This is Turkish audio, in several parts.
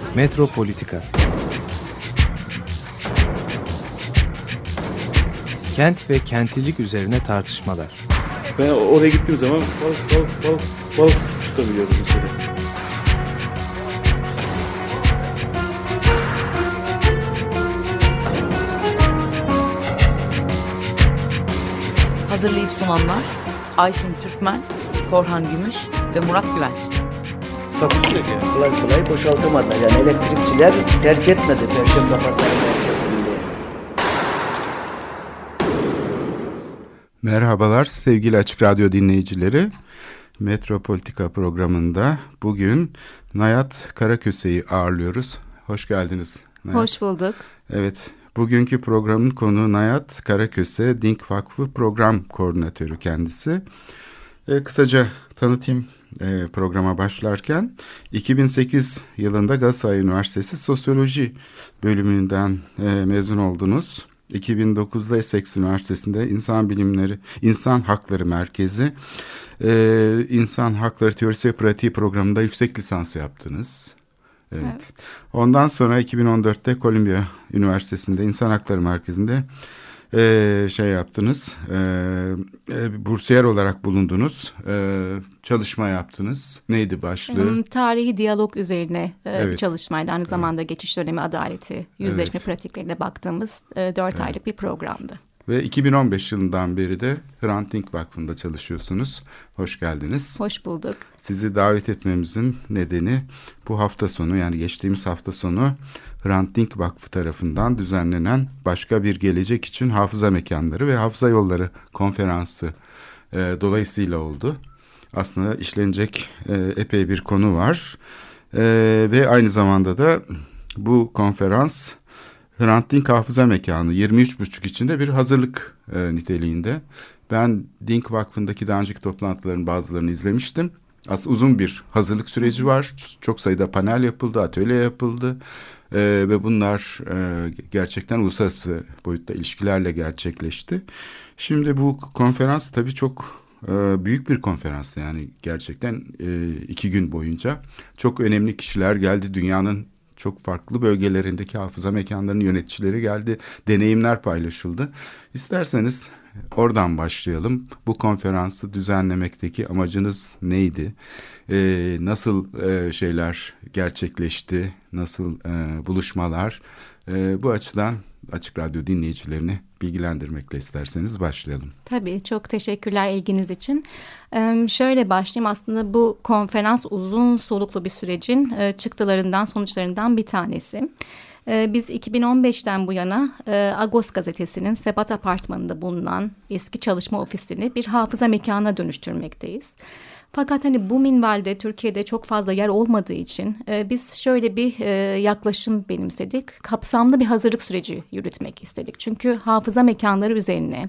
Metropolitika. Kent ve kentlilik üzerine tartışmalar. Ben oraya gittiğim zaman balık tutabiliyorum mesela. Hazırlayıp sunanlar Aysin Türkmen, Korhan Gümüş ve Murat Güvenç. Takusu yok yani. Kolay kolay boşaltamadı. Yani elektrikçiler terk etmedi Perşembe Pazarı merkezinde. Merhabalar sevgili Açık Radyo dinleyicileri. Metropolitika programında bugün Nayat Karaköse'yi ağırlıyoruz. Hoş geldiniz Nayat. Hoş bulduk. Evet, bugünkü programın konuğu Nayat Karaköse, Dink Vakfı Program Koordinatörü kendisi. Kısaca tanıtayım programa başlarken. 2008 yılında Galatasaray Üniversitesi Sosyoloji bölümünden mezun oldunuz. 2009'da Essex Üniversitesi'nde İnsan Hakları Merkezi, İnsan Hakları Teorisi ve Pratiği programında yüksek lisans yaptınız. Evet. Ondan sonra 2014'te Columbia Üniversitesi'nde İnsan Hakları Merkezi'nde yaptınız. Bursiyer olarak bulundunuz. Çalışma yaptınız. Neydi başlığı? Tarihi diyalog üzerine bir çalışmaydı. Aynı zamanda geçiş dönemi adaleti, yüzleşme pratiklerine baktığımız 4 aylık bir programdı. Ve 2015 yılından beri de Hrant Dink Vakfı'nda çalışıyorsunuz. Hoş geldiniz. Hoş bulduk. Sizi davet etmemizin nedeni bu hafta sonu, yani geçtiğimiz hafta sonu Hrant Dink Vakfı tarafından düzenlenen Başka Bir Gelecek için Hafıza Mekanları ve Hafıza Yolları konferansı dolayısıyla oldu. Aslında işlenecek epey bir konu var. Ve aynı zamanda da bu konferans Hrant Dink Hafıza Mekanı 23.5 içinde bir hazırlık niteliğinde. Ben Dink Vakfı'ndaki daha önceki toplantıların bazılarını izlemiştim. Aslında uzun bir hazırlık süreci var. Çok sayıda panel yapıldı, atölye yapıldı. Ve bunlar gerçekten uluslararası boyutta ilişkilerle gerçekleşti. Şimdi bu konferans tabii çok büyük bir konferans, yani gerçekten 2 gün boyunca çok önemli kişiler geldi. Dünyanın çok farklı bölgelerindeki hafıza mekanlarının yöneticileri geldi. Deneyimler paylaşıldı. İsterseniz oradan başlayalım. Bu konferansı düzenlemekteki amacınız neydi? Nasıl şeyler gerçekleşti? Nasıl buluşmalar? Bu açıdan Açık Radyo dinleyicilerini bilgilendirmekle isterseniz başlayalım. Tabii, çok teşekkürler ilginiz için. Şöyle başlayayım, aslında bu konferans uzun soluklu bir sürecin çıktılarından, sonuçlarından bir tanesi. Biz 2015'ten bu yana Agos gazetesinin Sebat Apartmanı'nda bulunan eski çalışma ofisini bir hafıza mekanına dönüştürmekteyiz. Fakat hani bu minvalde Türkiye'de çok fazla yer olmadığı için biz şöyle bir yaklaşım benimsedik. Kapsamlı bir hazırlık süreci yürütmek istedik. Çünkü hafıza mekanları üzerine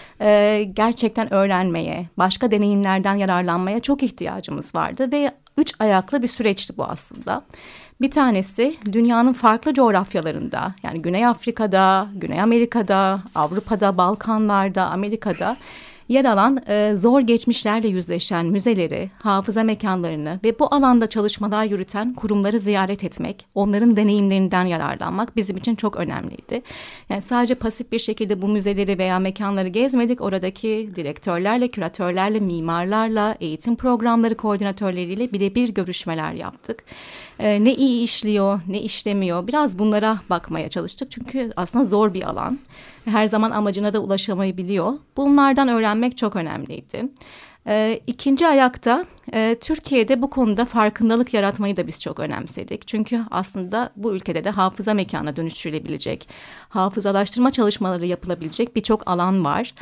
gerçekten öğrenmeye, başka deneyimlerden yararlanmaya çok ihtiyacımız vardı ve 3 ayaklı bir süreçti bu aslında. Bir tanesi dünyanın farklı coğrafyalarında, yani Güney Afrika'da, Güney Amerika'da, Avrupa'da, Balkanlar'da, Amerika'da yer alan zor geçmişlerle yüzleşen müzeleri, hafıza mekanlarını ve bu alanda çalışmalar yürüten kurumları ziyaret etmek, onların deneyimlerinden yararlanmak bizim için çok önemliydi. Yani sadece pasif bir şekilde bu müzeleri veya mekanları gezmedik, oradaki direktörlerle, küratörlerle, mimarlarla, eğitim programları koordinatörleriyle birebir görüşmeler yaptık. Ne iyi işliyor, ne işlemiyor, biraz bunlara bakmaya çalıştık. Çünkü aslında zor bir alan. Her zaman amacına da ulaşamayabiliyor. Bunlardan öğrenmek çok önemliydi. İkinci ayakta Türkiye'de bu konuda farkındalık yaratmayı da biz çok önemsedik. Çünkü aslında bu ülkede de hafıza mekanına dönüştürülebilecek, hafızalaştırma çalışmaları yapılabilecek birçok alan var.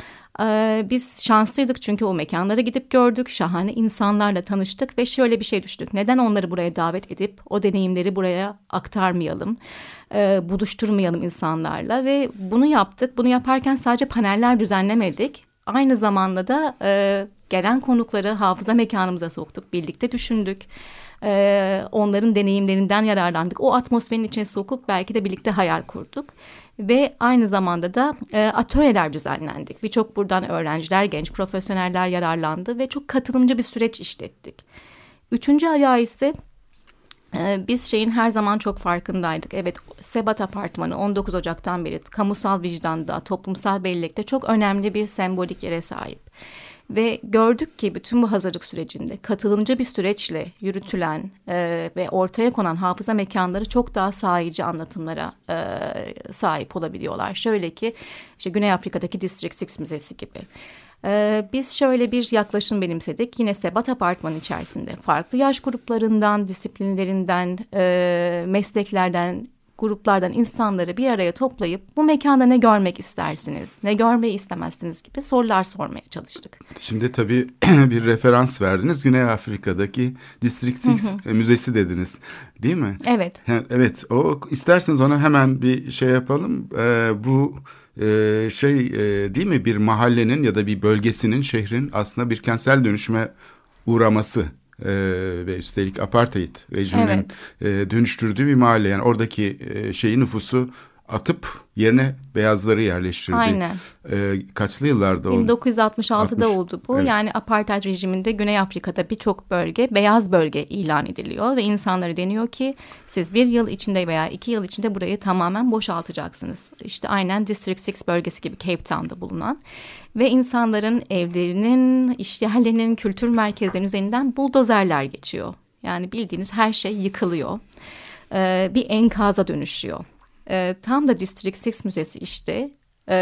Biz şanslıydık çünkü o mekanlara gidip gördük, şahane insanlarla tanıştık ve şöyle bir şey düştük. Neden onları buraya davet edip o deneyimleri buraya aktarmayalım, buluşturmayalım insanlarla ve bunu yaptık. Bunu yaparken sadece paneller düzenlemedik. Aynı zamanda da gelen konukları hafıza mekanımıza soktuk, birlikte düşündük. Onların deneyimlerinden yararlandık. O atmosferin içine sokup belki de birlikte hayal kurduk. Ve aynı zamanda da atölyeler düzenlendik. Birçok buradan öğrenciler, genç profesyoneller yararlandı ve çok katılımcı bir süreç işlettik. Üçüncü ayağı ise Biz şeyin her zaman çok farkındaydık. Evet, Sebat Apartmanı 19 Ocak'tan beri kamusal vicdanda, toplumsal bellekte çok önemli bir sembolik yere sahip. Ve gördük ki bütün bu hazırlık sürecinde katılımcı bir süreçle yürütülen ve ortaya konan hafıza mekanları çok daha sahici anlatımlara sahip olabiliyorlar. Şöyle ki işte Güney Afrika'daki District 6 Müzesi gibi. Biz şöyle bir yaklaşım benimsedik. Yine Sebat Apartmanı içerisinde farklı yaş gruplarından, disiplinlerinden, mesleklerden, gruplardan insanları bir araya toplayıp bu mekanda ne görmek istersiniz, ne görmeyi istemezsiniz gibi sorular sormaya çalıştık. Şimdi tabii bir referans verdiniz. Güney Afrika'daki District 6 Müzesi dediniz, değil mi? Evet. Evet, o isterseniz ona hemen bir şey yapalım. Bu değil mi, bir mahallenin ya da bir bölgesinin, şehrin aslında bir kentsel dönüşüme uğraması ve üstelik apartheid rejiminin dönüştürdüğü bir mahalle. Yani oradaki nüfusu atıp yerine beyazları yerleştirdi. Aynen. Kaçlı yıllarda oldu? 1966'da oldu bu. Evet. Yani apartheid rejiminde Güney Afrika'da birçok bölge beyaz bölge ilan ediliyor ve insanlara deniyor ki siz 1 yıl içinde veya 2 yıl içinde burayı tamamen boşaltacaksınız. İşte aynen District 6 bölgesi gibi Cape Town'da bulunan ve insanların evlerinin, işyerlerinin, kültür merkezlerinin üzerinden buldozerler geçiyor. Yani bildiğiniz her şey yıkılıyor. Bir enkaza dönüşüyor. Tam da District 6 Müzesi işte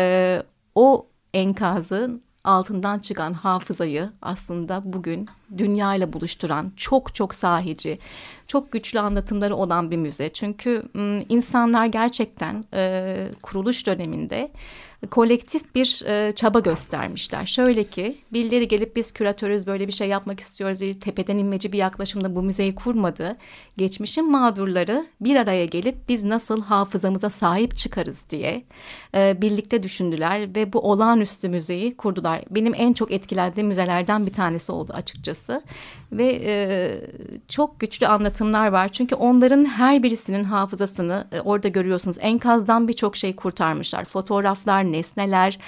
o enkazın altından çıkan hafızayı aslında bugün dünyayla buluşturan çok çok sahici, çok güçlü anlatımları olan bir müze. Çünkü insanlar gerçekten kuruluş döneminde kolektif bir çaba göstermişler. Şöyle ki birileri gelip biz küratörüz, böyle bir şey yapmak istiyoruz, tepeden inmeci bir yaklaşımda bu müzeyi kurmadı. Geçmişin mağdurları bir araya gelip biz nasıl hafızamıza sahip çıkarız diye birlikte düşündüler ve bu olağanüstü müzeyi kurdular. Benim en çok etkilendiğim müzelerden bir tanesi oldu açıkçası. Ve çok güçlü anlatımlar var. Çünkü onların her birisinin hafızasını orada görüyorsunuz. Enkazdan birçok şey kurtarmışlar. Fotoğraflar, nesneler,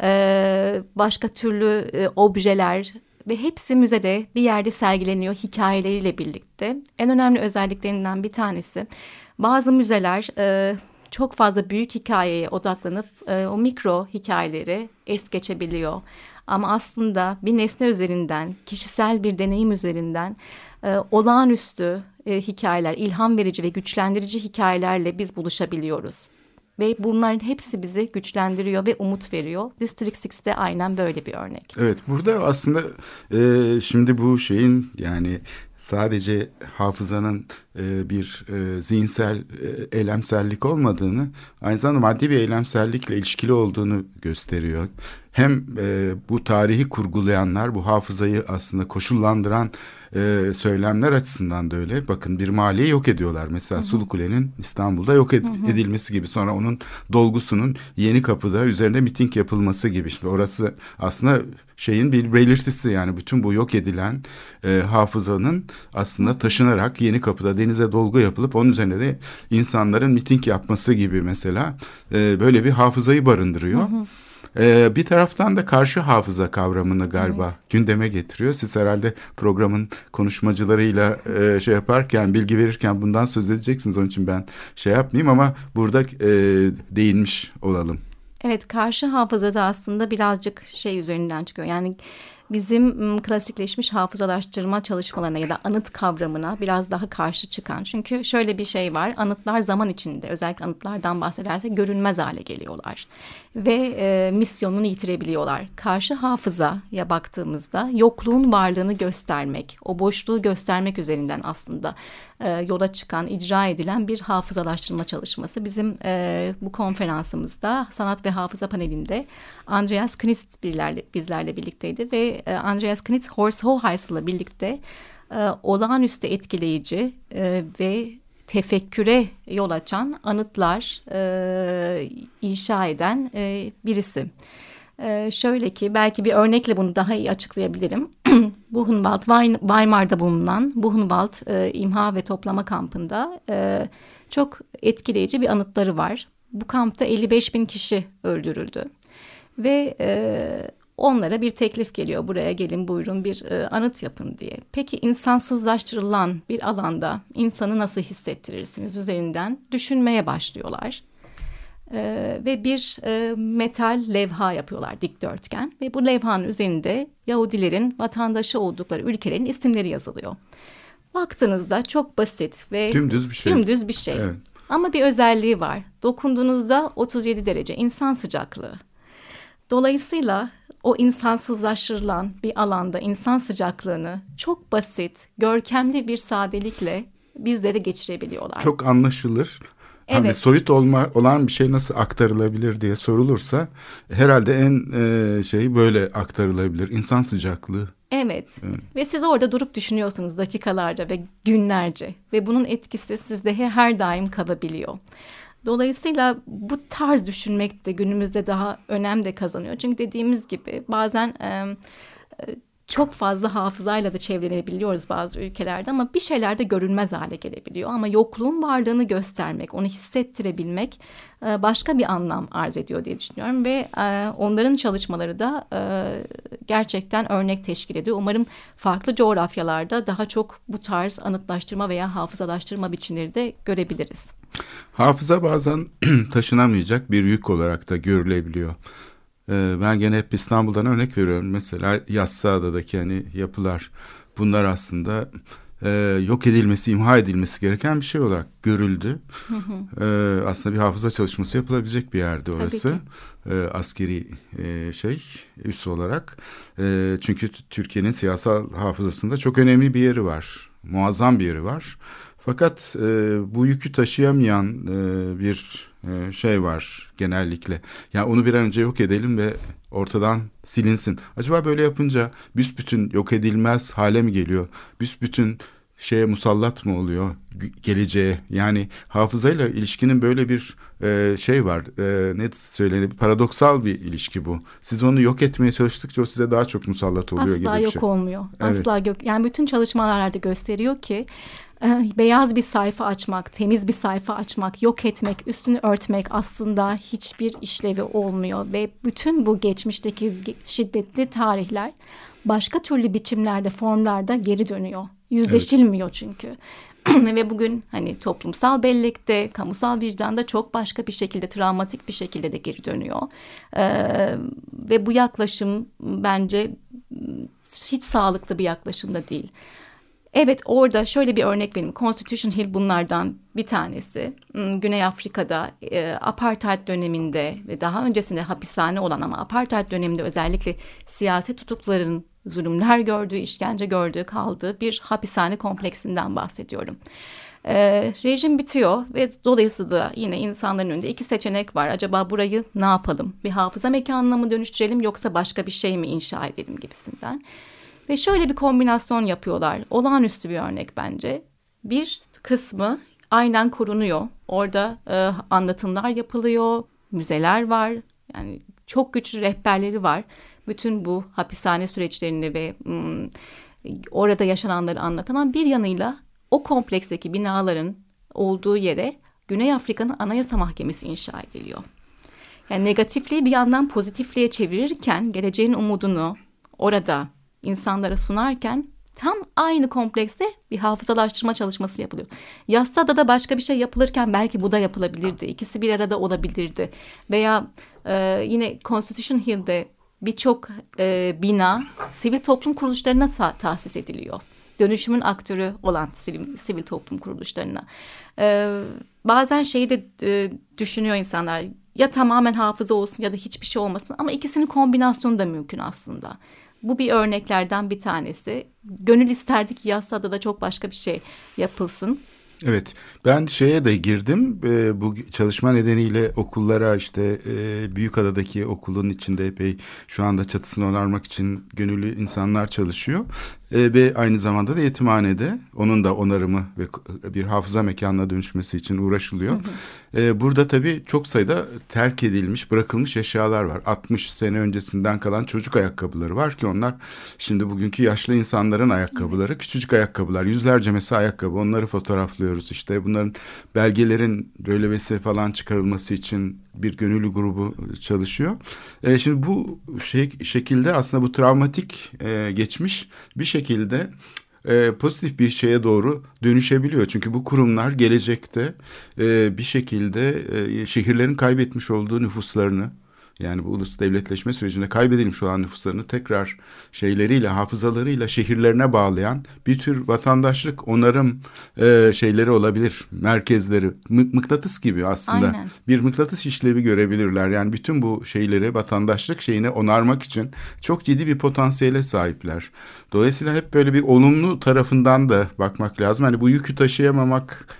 başka türlü objeler ve hepsi müzede bir yerde sergileniyor hikayeleriyle birlikte. En önemli özelliklerinden bir tanesi, bazı müzeler çok fazla büyük hikayeye odaklanıp o mikro hikayeleri es geçebiliyor. Ama aslında bir nesne üzerinden, kişisel bir deneyim üzerinden olağanüstü hikayeler, ilham verici ve güçlendirici hikayelerle biz buluşabiliyoruz. Ve bunların hepsi bizi güçlendiriyor ve umut veriyor. District 6'de aynen böyle bir örnek. Evet, burada aslında şimdi bu şeyin, yani sadece hafızanın bir zihinsel eylemsellik olmadığını, aynı zamanda maddi bir eylemsellikle ilişkili olduğunu gösteriyor. Hem bu tarihi kurgulayanlar, bu hafızayı aslında koşullandıran söylemler açısından da öyle. Bakın, bir mahalleyi yok ediyorlar. Mesela Sulukule'nin İstanbul'da yok edilmesi gibi. Sonra onun dolgusunun Yenikapı'da üzerinde miting yapılması gibi. Şimdi orası aslında şeyin bir belirtisi, yani bütün bu yok edilen hafızanın aslında taşınarak Yenikapı'da denize dolgu yapılıp onun üzerine de insanların miting yapması gibi mesela böyle bir hafızayı barındırıyor. Bir taraftan da karşı hafıza kavramını galiba gündeme getiriyor. Siz herhalde programın konuşmacılarıyla şey yaparken, bilgi verirken bundan söz edeceksiniz. Onun için ben şey yapmayayım ama burada değinmiş olalım. Evet, karşı hafızada aslında birazcık şey üzerinden çıkıyor. Yani bizim klasikleşmiş hafızalaştırma çalışmalarına ya da anıt kavramına biraz daha karşı çıkan. Çünkü şöyle bir şey var, anıtlar zaman içinde, özellikle anıtlardan bahsedersek görünmez hale geliyorlar. Ve misyonunu yitirebiliyorlar. Karşı hafızaya baktığımızda yokluğun varlığını göstermek, o boşluğu göstermek üzerinden aslında yola çıkan, icra edilen bir hafızalaştırma çalışması. Bizim bu konferansımızda sanat ve hafıza panelinde Andreas Knist bizlerle birlikteydi ve Andreas Knist Horst Hoheissel'la birlikte olağanüstü etkileyici ve tefekküre yol açan anıtlar inşa eden birisi. Şöyle ki, belki bir örnekle bunu daha iyi açıklayabilirim. Buchenwald, Weimar'da bulunan Buchenwald İmha ve Toplama Kampı'nda çok etkileyici bir anıtları var. Bu kampta 55.000 kişi öldürüldü. Ve onlara bir teklif geliyor, buraya gelin buyurun bir anıt yapın diye. Peki insansızlaştırılan bir alanda insanı nasıl hissettirirsiniz üzerinden düşünmeye başlıyorlar. Ve bir metal levha yapıyorlar, dikdörtgen, ve bu levhanın üzerinde Yahudilerin vatandaşı oldukları ülkelerin isimleri yazılıyor. Baktığınızda çok basit ve dümdüz bir şey. Evet. Ama bir özelliği var. Dokunduğunuzda 37 derece insan sıcaklığı. Dolayısıyla o insansızlaştırılan bir alanda insan sıcaklığını çok basit, görkemli bir sadelikle bizlere geçirebiliyorlar. Çok anlaşılır. Evet. Hani soyut olan bir şey nasıl aktarılabilir diye sorulursa herhalde en böyle aktarılabilir. İnsan sıcaklığı. Evet. Ve siz orada durup düşünüyorsunuz dakikalarca ve günlerce ve bunun etkisi sizde her daim kalabiliyor. Dolayısıyla bu tarz düşünmek de günümüzde daha önem de kazanıyor. Çünkü dediğimiz gibi bazen çok fazla hafızayla da çevrilebiliyoruz bazı ülkelerde ama bir şeyler de görünmez hale gelebiliyor. Ama yokluğun varlığını göstermek, onu hissettirebilmek başka bir anlam arz ediyor diye düşünüyorum. Ve onların çalışmaları da gerçekten örnek teşkil ediyor. Umarım farklı coğrafyalarda daha çok bu tarz anıtlaştırma veya hafızalaştırma biçimleri de görebiliriz. Hafıza bazen taşınamayacak bir yük olarak da görülebiliyor. Ben gene hep İstanbul'dan örnek veriyorum. Mesela Yassıada'daki hani yapılar, bunlar aslında yok edilmesi, imha edilmesi gereken bir şey olarak görüldü. Aslında bir hafıza çalışması yapılabilecek bir yerde orası. Askeri üs olarak. Çünkü Türkiye'nin siyasal hafızasında çok önemli bir yeri var. Muazzam bir yeri var. Fakat bu yükü taşıyamayan bir şey var genellikle. Yani onu bir an önce yok edelim ve ortadan silinsin. Acaba böyle yapınca büsbütün yok edilmez hale mi geliyor? Büsbütün şeye musallat mı oluyor geleceğe? Yani hafızayla ilişkinin böyle bir şey var. Ne söylenir? Paradoksal bir ilişki bu. Siz onu yok etmeye çalıştıkça o size daha çok musallat oluyor gibi bir şey. Asla yok olmuyor. Evet. Asla yok. Yani bütün çalışmalarda gösteriyor ki beyaz bir sayfa açmak, temiz bir sayfa açmak, yok etmek, üstünü örtmek aslında hiçbir işlevi olmuyor. Ve bütün bu geçmişteki şiddetli tarihler başka türlü biçimlerde, formlarda geri dönüyor. Yüzleşilmiyor çünkü. Ve bugün hani toplumsal bellekte, kamusal vicdanda çok başka bir şekilde, travmatik bir şekilde de geri dönüyor. Ve bu yaklaşım bence hiç sağlıklı bir yaklaşım da değil. Evet, orada şöyle bir örnek vereyim. Constitution Hill bunlardan bir tanesi. Güney Afrika'da apartheid döneminde ve daha öncesinde hapishane olan ama apartheid döneminde özellikle siyasi tutukluların zulümler gördüğü, işkence gördüğü, kaldığı bir hapishane kompleksinden bahsediyorum. Rejim bitiyor ve dolayısıyla da yine insanların önünde iki seçenek var. Acaba burayı ne yapalım? Bir hafıza mekanına mı dönüştürelim yoksa başka bir şey mi inşa edelim gibisinden. Ve şöyle bir kombinasyon yapıyorlar. Olağanüstü bir örnek bence. Bir kısmı aynen korunuyor. Orada anlatımlar yapılıyor, müzeler var. Yani çok güçlü rehberleri var. Bütün bu hapishane süreçlerini ve orada yaşananları anlatan, ama bir yanıyla o kompleksteki binaların olduğu yere Güney Afrika'nın Anayasa Mahkemesi inşa ediliyor. Yani negatifliği bir yandan pozitifliğe çevirirken, geleceğin umudunu orada insanlara sunarken tam aynı komplekste bir hafızalaştırma çalışması yapılıyor. Yassıada'da başka bir şey yapılırken belki bu da yapılabilirdi. İkisi bir arada olabilirdi. Veya yine Constitution Hill'de birçok bina sivil toplum kuruluşlarına tahsis ediliyor. Dönüşümün aktörü olan sivil toplum kuruluşlarına. Bazen şeyi de düşünüyor insanlar. Ya tamamen hafıza olsun ya da hiçbir şey olmasın. Ama ikisinin kombinasyonu da mümkün aslında. Bu bir örneklerden bir tanesi. Gönül isterdi ki Yassıada'da çok başka bir şey yapılsın. Evet, ben şeye de girdim. Bu çalışma nedeniyle okullara, işte Büyükada'daki okulun içinde epey şu anda çatısını onarmak için gönüllü insanlar çalışıyor. Ve aynı zamanda da yetimhanede onun da onarımı ve bir hafıza mekanına dönüşmesi için uğraşılıyor. Burada tabii çok sayıda terk edilmiş, bırakılmış eşyalar var. 60 sene öncesinden kalan çocuk ayakkabıları var ki onlar şimdi bugünkü yaşlı insanların ayakkabıları, küçücük ayakkabılar, yüzlerce mesela ayakkabı, onları fotoğraflıyoruz işte. Bunların belgelerin rölevesi falan çıkarılması için bir gönüllü grubu çalışıyor. Şimdi bu şekilde aslında bu travmatik geçmiş bir şekilde pozitif bir şeye doğru dönüşebiliyor. Çünkü bu kurumlar gelecekte bir şekilde şehirlerin kaybetmiş olduğu nüfuslarını, yani bu ulus devletleşme sürecinde kaybedilmiş olan nüfuslarını tekrar şeyleriyle, hafızalarıyla şehirlerine bağlayan bir tür vatandaşlık onarım şeyleri olabilir. Merkezleri, mıknatıs gibi aslında. Aynen. Bir mıknatıs işlevi görebilirler. Yani bütün bu şeyleri, vatandaşlık şeyini onarmak için çok ciddi bir potansiyele sahipler. Dolayısıyla hep böyle bir olumlu tarafından da bakmak lazım. Hani bu yükü taşıyamamak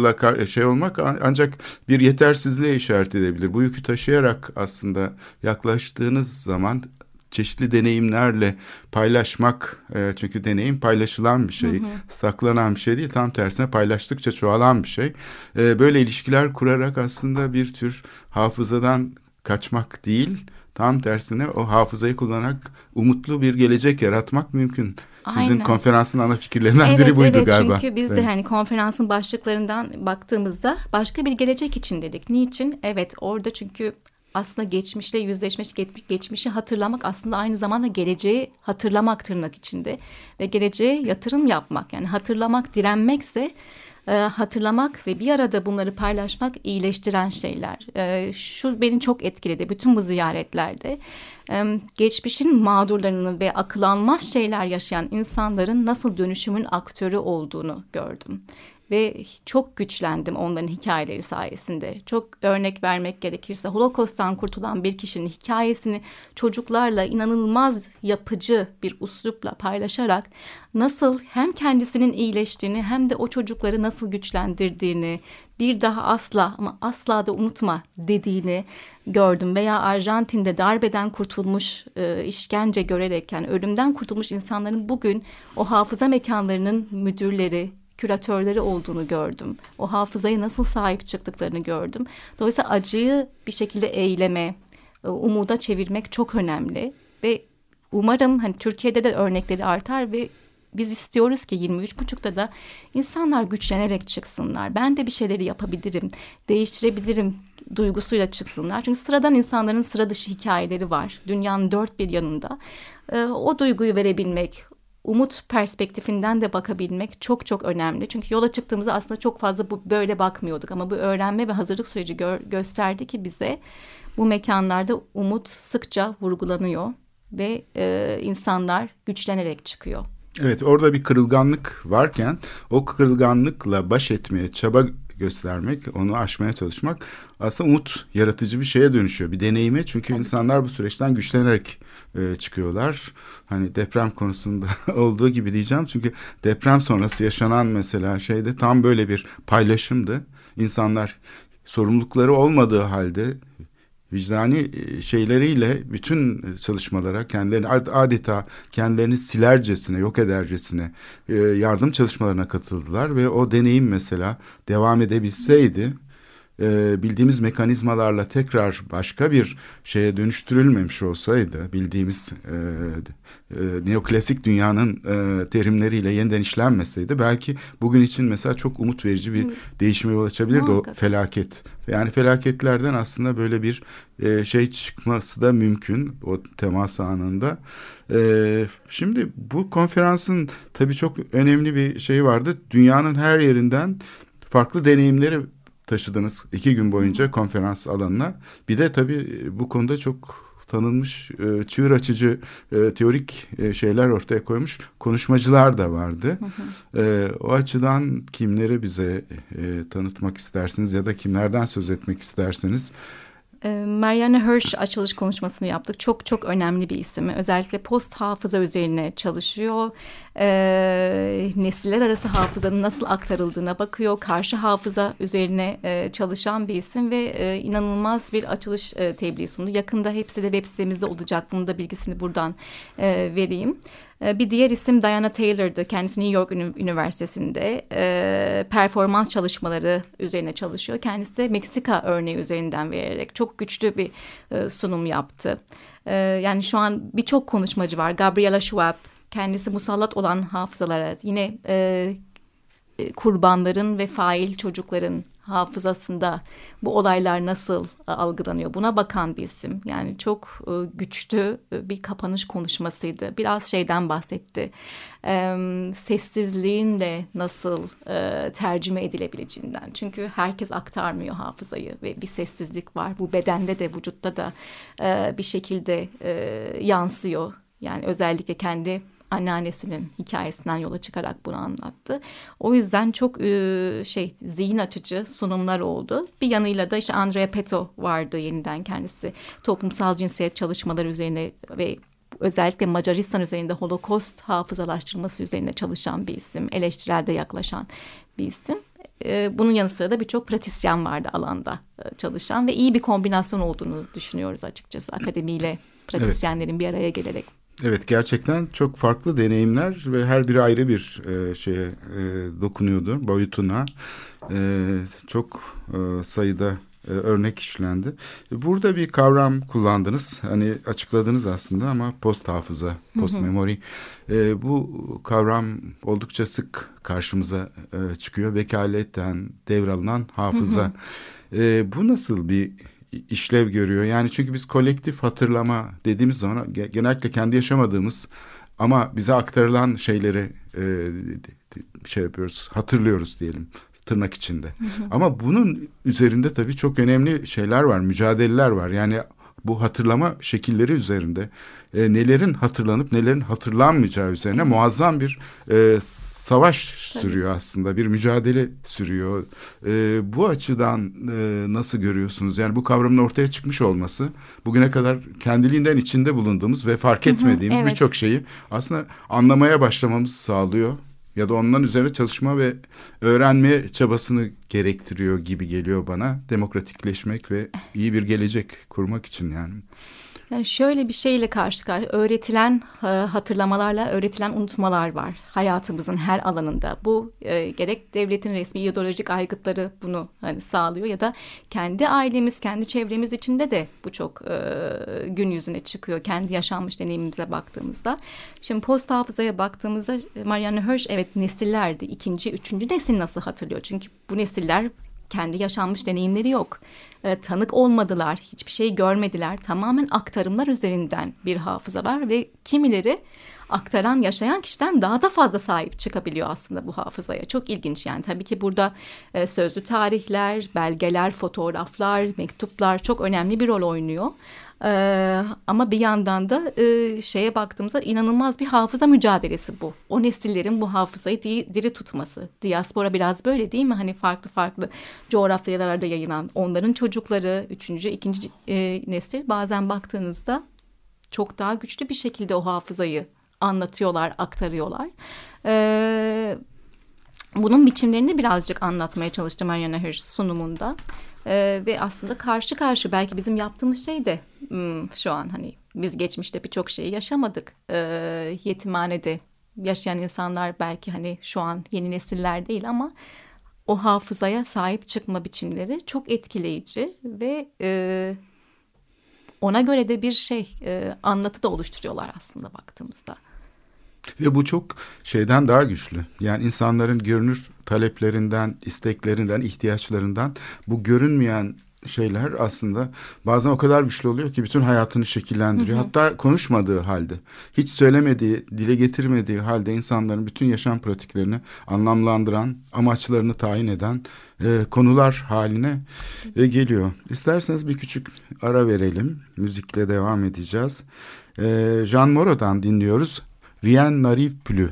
olmak ancak bir yetersizliğe işaret edebilir. Bu yükü taşıyarak aslında yaklaştığınız zaman çeşitli deneyimlerle paylaşmak, çünkü deneyim paylaşılan bir şey, saklanan bir şey değil, tam tersine paylaştıkça çoğalan bir şey. Böyle ilişkiler kurarak aslında bir tür hafızadan kaçmak değil, tam tersine o hafızayı kullanarak umutlu bir gelecek yaratmak mümkün. Sizin Aynen. konferansın ana fikirlerinden biri buydu galiba. Çünkü biz de hani konferansın başlıklarından baktığımızda başka bir gelecek için dedik. Niçin? Evet, orada çünkü aslında geçmişle yüzleşmek, geçmişi hatırlamak aslında aynı zamanda geleceği hatırlamak tırnak içinde. Ve geleceğe yatırım yapmak, yani hatırlamak direnmekse hatırlamak ve bir arada bunları paylaşmak iyileştiren şeyler. Şu beni çok etkiledi bütün bu ziyaretlerde. Geçmişin mağdurlarını ve akıl almaz şeyler yaşayan insanların nasıl dönüşümün aktörü olduğunu gördüm. Ve çok güçlendim onların hikayeleri sayesinde. Çok örnek vermek gerekirse Holocaust'tan kurtulan bir kişinin hikayesini çocuklarla inanılmaz yapıcı bir üslupla paylaşarak nasıl hem kendisinin iyileştiğini hem de o çocukları nasıl güçlendirdiğini, bir daha asla ama asla da unutma dediğini gördüm. Veya Arjantin'de darbeden kurtulmuş, işkence görerek, yani ölümden kurtulmuş insanların bugün o hafıza mekanlarının müdürleri, küratörleri olduğunu gördüm. O hafızayı nasıl sahip çıktıklarını gördüm. Dolayısıyla acıyı bir şekilde eyleme, umuda çevirmek çok önemli. Ve umarım hani Türkiye'de de örnekleri artar ve biz istiyoruz ki 23.30'da da insanlar güçlenerek çıksınlar. Ben de bir şeyleri yapabilirim, değiştirebilirim duygusuyla çıksınlar. Çünkü sıradan insanların sıra dışı hikayeleri var. Dünyanın dört bir yanında. O duyguyu verebilmek, umut perspektifinden de bakabilmek çok çok önemli. Çünkü yola çıktığımızda aslında çok fazla böyle bakmıyorduk. Ama bu öğrenme ve hazırlık süreci gösterdi ki bize bu mekanlarda umut sıkça vurgulanıyor ve insanlar güçlenerek çıkıyor. Evet, orada bir kırılganlık varken o kırılganlıkla baş etmeye çaba göstermek, onu aşmaya çalışmak aslında umut yaratıcı bir şeye dönüşüyor. Bir deneyime, çünkü insanlar bu süreçten güçlenerek çıkıyorlar. Hani deprem konusunda olduğu gibi diyeceğim. Çünkü deprem sonrası yaşanan mesela şeyde tam böyle bir paylaşımdı. İnsanlar sorumlulukları olmadığı halde vicdani şeyleriyle bütün çalışmalara kendilerini adeta kendilerini silercesine, yok edercesine yardım çalışmalarına katıldılar ve o deneyim mesela devam edebilseydi, bildiğimiz mekanizmalarla tekrar başka bir şeye dönüştürülmemiş olsaydı, bildiğimiz neoklasik dünyanın terimleriyle yeniden işlenmeseydi, belki bugün için mesela çok umut verici bir değişime yol açabilirdi o felaket. Yani felaketlerden aslında böyle bir şey çıkması da mümkün o temas anında. Şimdi bu konferansın tabii çok önemli bir şey vardı. Dünyanın her yerinden farklı deneyimleri taşıdınız 2 gün boyunca konferans alanına. Bir de tabii bu konuda çok tanınmış, çığır açıcı teorik şeyler ortaya koymuş konuşmacılar da vardı. O açıdan kimleri bize tanıtmak istersiniz ya da kimlerden söz etmek istersiniz? Marianne Hirsch açılış konuşmasını yaptık. Çok çok önemli bir isim. Özellikle post hafıza üzerine çalışıyor. Nesiller arası hafızanın nasıl aktarıldığına bakıyor. Karşı hafıza üzerine çalışan bir isim ve inanılmaz bir açılış tebliği sundu. Yakında hepsi de web sitemizde olacak. Bunun da bilgisini buradan vereyim. Bir diğer isim Diana Taylor'dı. Kendisi New York Üniversitesi'nde performans çalışmaları üzerine çalışıyor. Kendisi de Meksika örneği üzerinden vererek çok güçlü bir sunum yaptı. Yani şu an birçok konuşmacı var. Gabriela Schwab, kendisi musallat olan hafızalara, yine kurbanların ve fail çocukların hafızasında bu olaylar nasıl algılanıyor, buna bakan bir isim. Yani çok güçlü bir kapanış konuşmasıydı. Biraz şeyden bahsetti. Sessizliğin de nasıl tercüme edilebileceğinden. Çünkü herkes aktarmıyor hafızayı ve bir sessizlik var. Bu bedende de vücutta da bir şekilde yansıyor. Yani özellikle kendi anneannesinin hikayesinden yola çıkarak bunu anlattı. O yüzden çok zihin açıcı sunumlar oldu. Bir yanıyla da işte Andrea Peto vardı, yeniden kendisi toplumsal cinsiyet çalışmaları üzerine ve özellikle Macaristan üzerinde Holocaust hafızalaştırması üzerine çalışan bir isim. Eleştirelde yaklaşan bir isim. Bunun yanı sıra da birçok pratisyen vardı alanda çalışan ve iyi bir kombinasyon olduğunu düşünüyoruz açıkçası akademiyle pratisyenlerin bir araya gelerek. Evet, gerçekten çok farklı deneyimler ve her biri ayrı bir şeye dokunuyordu, boyutuna. Çok sayıda örnek işlendi. Burada bir kavram kullandınız, hani açıkladınız aslında ama post hafıza, post memory. Bu kavram oldukça sık karşımıza çıkıyor. Vekaletten devralınan hafıza. Bu nasıl bir işlev görüyor? Yani çünkü biz kolektif hatırlama dediğimiz zaman genellikle kendi yaşamadığımız ama bize aktarılan şeyleri yapıyoruz, hatırlıyoruz diyelim tırnak içinde. Ama bunun üzerinde tabii çok önemli şeyler var, mücadeleler var. Yani bu hatırlama şekilleri üzerinde nelerin hatırlanıp nelerin hatırlanmayacağı üzerine muazzam bir savaş sürüyor aslında, bir mücadele sürüyor. Bu açıdan nasıl görüyorsunuz? Yani bu kavramın ortaya çıkmış olması bugüne kadar kendiliğinden içinde bulunduğumuz ve fark etmediğimiz evet, birçok şeyi aslında anlamaya başlamamızı sağlıyor. Ya da onların üzerine çalışma ve öğrenme çabasını gerektiriyor gibi geliyor bana. Demokratikleşmek ve iyi bir gelecek kurmak için yani. Yani şöyle bir şeyle karşı karşıya, öğretilen hatırlamalarla öğretilen unutmalar var hayatımızın her alanında. Bu gerek devletin resmi ideolojik aygıtları bunu hani sağlıyor ya da kendi ailemiz, kendi çevremiz içinde de bu çok gün yüzüne çıkıyor. Kendi yaşanmış deneyimimize baktığımızda. Şimdi post hafızaya baktığımızda Marianne Hirsch evet nesillerdi. 2. 3. nesil nasıl hatırlıyor? Çünkü bu nesiller kendi yaşanmış deneyimleri yok. Tanık olmadılar, hiçbir şey görmediler. Tamamen aktarımlar üzerinden bir hafıza var ve kimileri aktaran, yaşayan kişiden daha da fazla sahip çıkabiliyor aslında bu hafızaya. Çok ilginç yani. Tabii ki burada sözlü tarihler, belgeler, fotoğraflar, mektuplar çok önemli bir rol oynuyor. Ama bir yandan da şeye baktığımızda inanılmaz bir hafıza mücadelesi bu. O nesillerin bu hafızayı diri tutması. Diaspora biraz böyle değil mi? Hani farklı farklı coğrafyalarda yayılan onların çocukları, 3. 2. nesil bazen baktığınızda çok daha güçlü bir şekilde o hafızayı anlatıyorlar, aktarıyorlar. Bunun biçimlerini birazcık anlatmaya çalıştım Marianne Hirsch sunumunda. Ve aslında karşı karşı belki bizim yaptığımız şey de şu an hani biz geçmişte birçok şeyi yaşamadık. Yetimhanede yaşayan insanlar belki hani şu an yeni nesiller değil ama o hafızaya sahip çıkma biçimleri çok etkileyici ve ona göre de bir anlatı da oluşturuyorlar aslında baktığımızda. Ve bu çok şeyden daha güçlü. Yani insanların görünür taleplerinden, isteklerinden, ihtiyaçlarından bu görünmeyen şeyler aslında bazen o kadar güçlü oluyor ki bütün hayatını şekillendiriyor. Hatta konuşmadığı halde, hiç söylemediği, dile getirmediği halde insanların bütün yaşam pratiklerini anlamlandıran, amaçlarını tayin eden konular haline geliyor. İsterseniz bir küçük ara verelim. Müzikle devam edeceğiz. Jean Moreau'dan dinliyoruz. Rien n'arrive plus.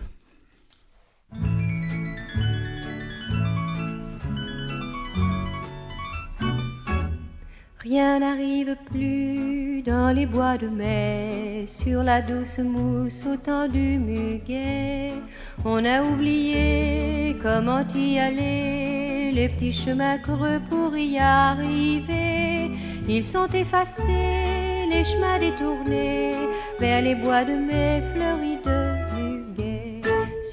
Rien n'arrive plus dans les bois de mai, sur la douce mousse au temps du muguet. On a oublié comment y aller, les petits chemins creux pour y arriver. Ils sont effacés, les chemins détournés, vers les bois de mai fleuris de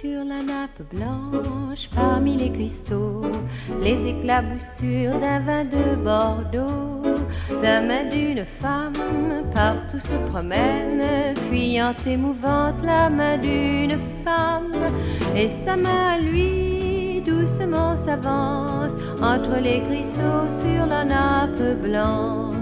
sur la nappe blanche, parmi les cristaux, les éclaboussures d'un vin de Bordeaux. La main d'une femme partout se promène, fuyante, émouvante, la main d'une femme, et sa main à lui doucement s'avance entre les cristaux sur la nappe blanche.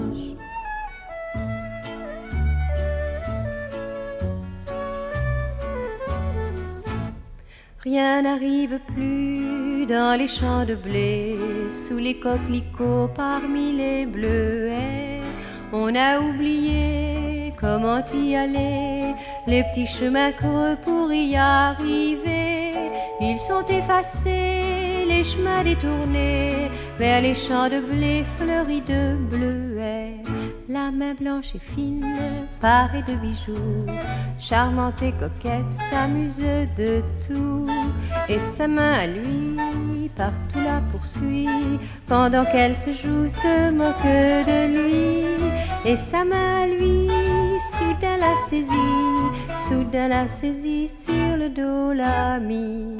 Rien n'arrive plus dans les champs de blé, sous les coquelicots, parmi les bleuets. On a oublié comment y aller, les petits chemins creux pour y arriver. Ils sont effacés, les chemins détournés, vers les champs de blé fleuris de bleuets. La main blanche et fine, parée de bijoux, charmante et coquette, s'amuse de tout. Et sa main à lui, partout la poursuit, pendant qu'elle se joue, se moque de lui. Et sa main à lui, soudain la saisit, sur le dos l'a mis.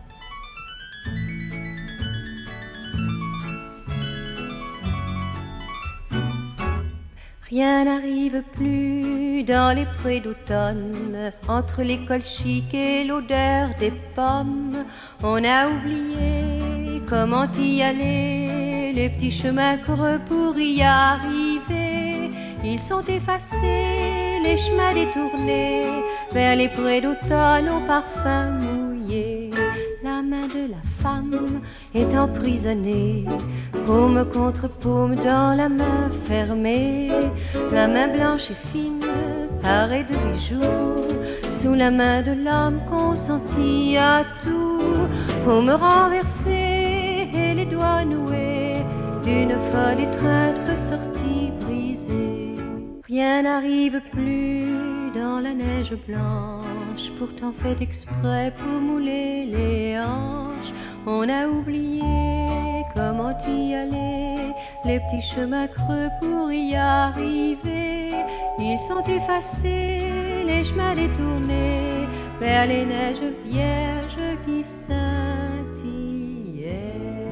Rien n'arrive plus dans les prés d'automne, entre les colchiques et l'odeur des pommes. On a oublié comment y aller, les petits chemins creux pour y arriver. Ils sont effacés, les chemins détournés, vers les prés d'automne au parfum mouillé. La main de la femme est emprisonnée, paume contre paume dans la main fermée. La main blanche et fine, parée de bijoux, sous la main de l'homme consenti à tout. Paume renversée et les doigts noués, d'une folle étreinte ressortie brisée. Rien n'arrive plus dans la neige blanche, pourtant fait exprès pour mouler les hanches. On a oublié comment y aller, les petits chemins creux pour y arriver. Ils sont effacés, les chemins détournés, vers les neiges vierges qui scintillaient.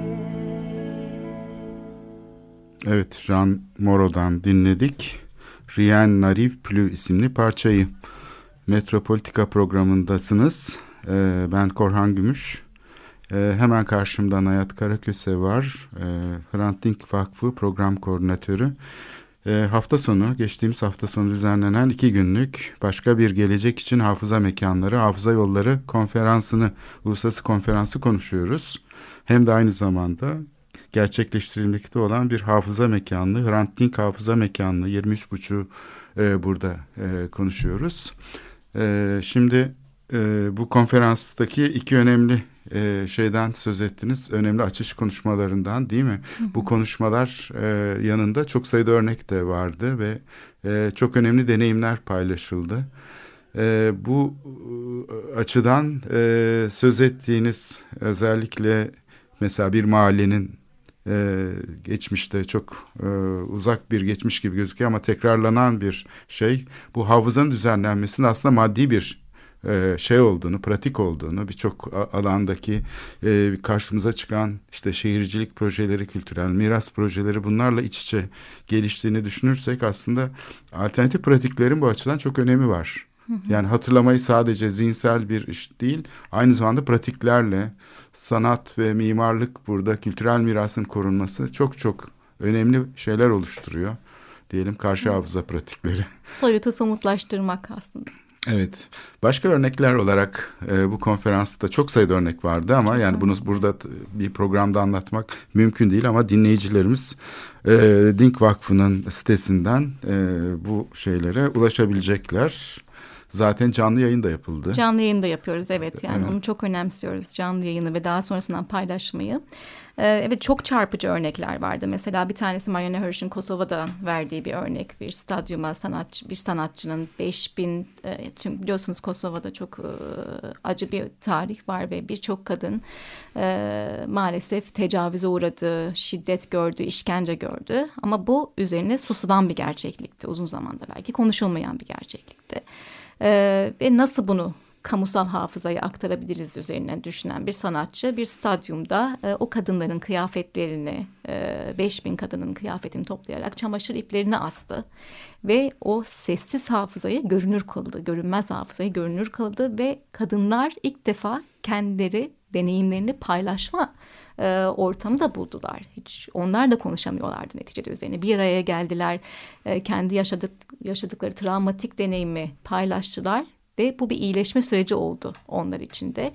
Evet, Jean Moreau'dan dinledik. Rien n'arrive plus isimli parçayı. Metropolitika programındasınız. Ben Korhan Gümüş. Hemen karşımdan Hayat Karaköse var. Hrant Dink Vakfı Program Koordinatörü. Geçtiğimiz hafta sonu düzenlenen 2 günlük Başka Bir Gelecek için Hafıza Mekanları, Hafıza Yolları uluslararası konferansı konuşuyoruz. Hem de aynı zamanda gerçekleştirilmekte olan bir hafıza mekanını, Hrant Dink Hafıza Mekanını 23.5'u burada konuşuyoruz. Şimdi bu konferanstaki 2 önemli şeyden söz ettiniz. Önemli açış konuşmalarından, değil mi? Hı hı. Bu konuşmalar yanında çok sayıda örnek de vardı ve çok önemli deneyimler paylaşıldı. Bu açıdan söz ettiğiniz, özellikle mesela bir mahallenin geçmişte çok uzak bir geçmiş gibi gözüküyor ama tekrarlanan bir şey. Bu hafızanın düzenlenmesinin aslında maddi bir şey olduğunu, pratik olduğunu, birçok alandaki karşımıza çıkan işte şehircilik projeleri, kültürel miras projeleri, bunlarla iç içe geliştiğini düşünürsek aslında alternatif pratiklerin bu açıdan çok önemi var. Yani hatırlamayı sadece zihinsel bir iş değil, aynı zamanda pratiklerle sanat ve mimarlık, burada kültürel mirasın korunması çok çok önemli şeyler oluşturuyor. Diyelim karşı hafıza pratikleri. Soyutu somutlaştırmak aslında. Evet. Başka örnekler olarak bu konferansta çok sayıda örnek vardı ama yani bunu burada bir programda anlatmak mümkün değil ama dinleyicilerimiz Dink Vakfı'nın sitesinden bu şeylere ulaşabilecekler. Zaten canlı yayın da yapıldı. Canlı yayın da yapıyoruz, evet. Yani onu çok önemsiyoruz, canlı yayını ve daha sonrasından paylaşmayı. Evet, çok çarpıcı örnekler vardı. Mesela bir tanesi Marianne Hirsch'in Kosova'dan verdiği bir örnek. Bir stadyuma bir sanatçının 5000, çünkü biliyorsunuz Kosova'da çok acı bir tarih var ve birçok kadın maalesef tecavüze uğradı, şiddet gördü, işkence gördü. Ama bu üzerine susulan bir gerçeklikti. Uzun zamanda belki konuşulmayan bir gerçeklikti. Ve nasıl bunu kamusal hafızayı aktarabiliriz üzerinden düşünen bir sanatçı bir stadyumda o kadınların kıyafetlerini 5000 kadının kıyafetini toplayarak çamaşır iplerine astı ve o sessiz hafızayı görünür kıldı, görünmez hafızayı görünür kıldı ve kadınlar ilk defa kendileri deneyimlerini paylaşma ortamı da buldular. Hiç onlar da konuşamıyorlardı neticede üzerine. Bir araya geldiler, kendi yaşadıkları travmatik deneyimi paylaştılar ve bu bir iyileşme süreci oldu onlar için de.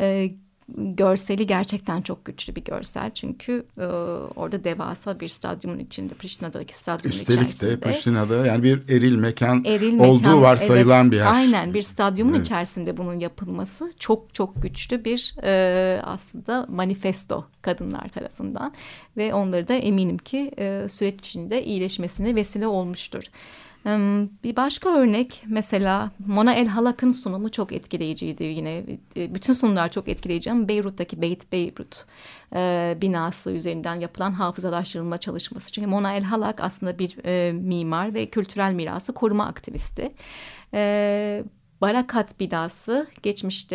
Görseli gerçekten çok güçlü bir görsel. Çünkü orada devasa bir stadyumun içinde, Priştina'daki stadyumun içerisinde. Üstelik de Priştina'da yani bir eril mekan olduğu varsayılan bir yer. Aynen, bir stadyumun içerisinde bunun yapılması çok çok güçlü bir aslında manifesto kadınlar tarafından. Ve onları da eminim ki süreç içinde iyileşmesine vesile olmuştur. Bir başka örnek mesela Mona El Halak'ın sunumu çok etkileyiciydi yine. Bütün sunumlar çok etkileyici ama Beyrut'taki Beit Beyrut binası üzerinden yapılan hafızalaştırılma çalışması. Çünkü Mona El Halak aslında bir mimar ve kültürel mirası koruma aktivisti. Barakat binası geçmişte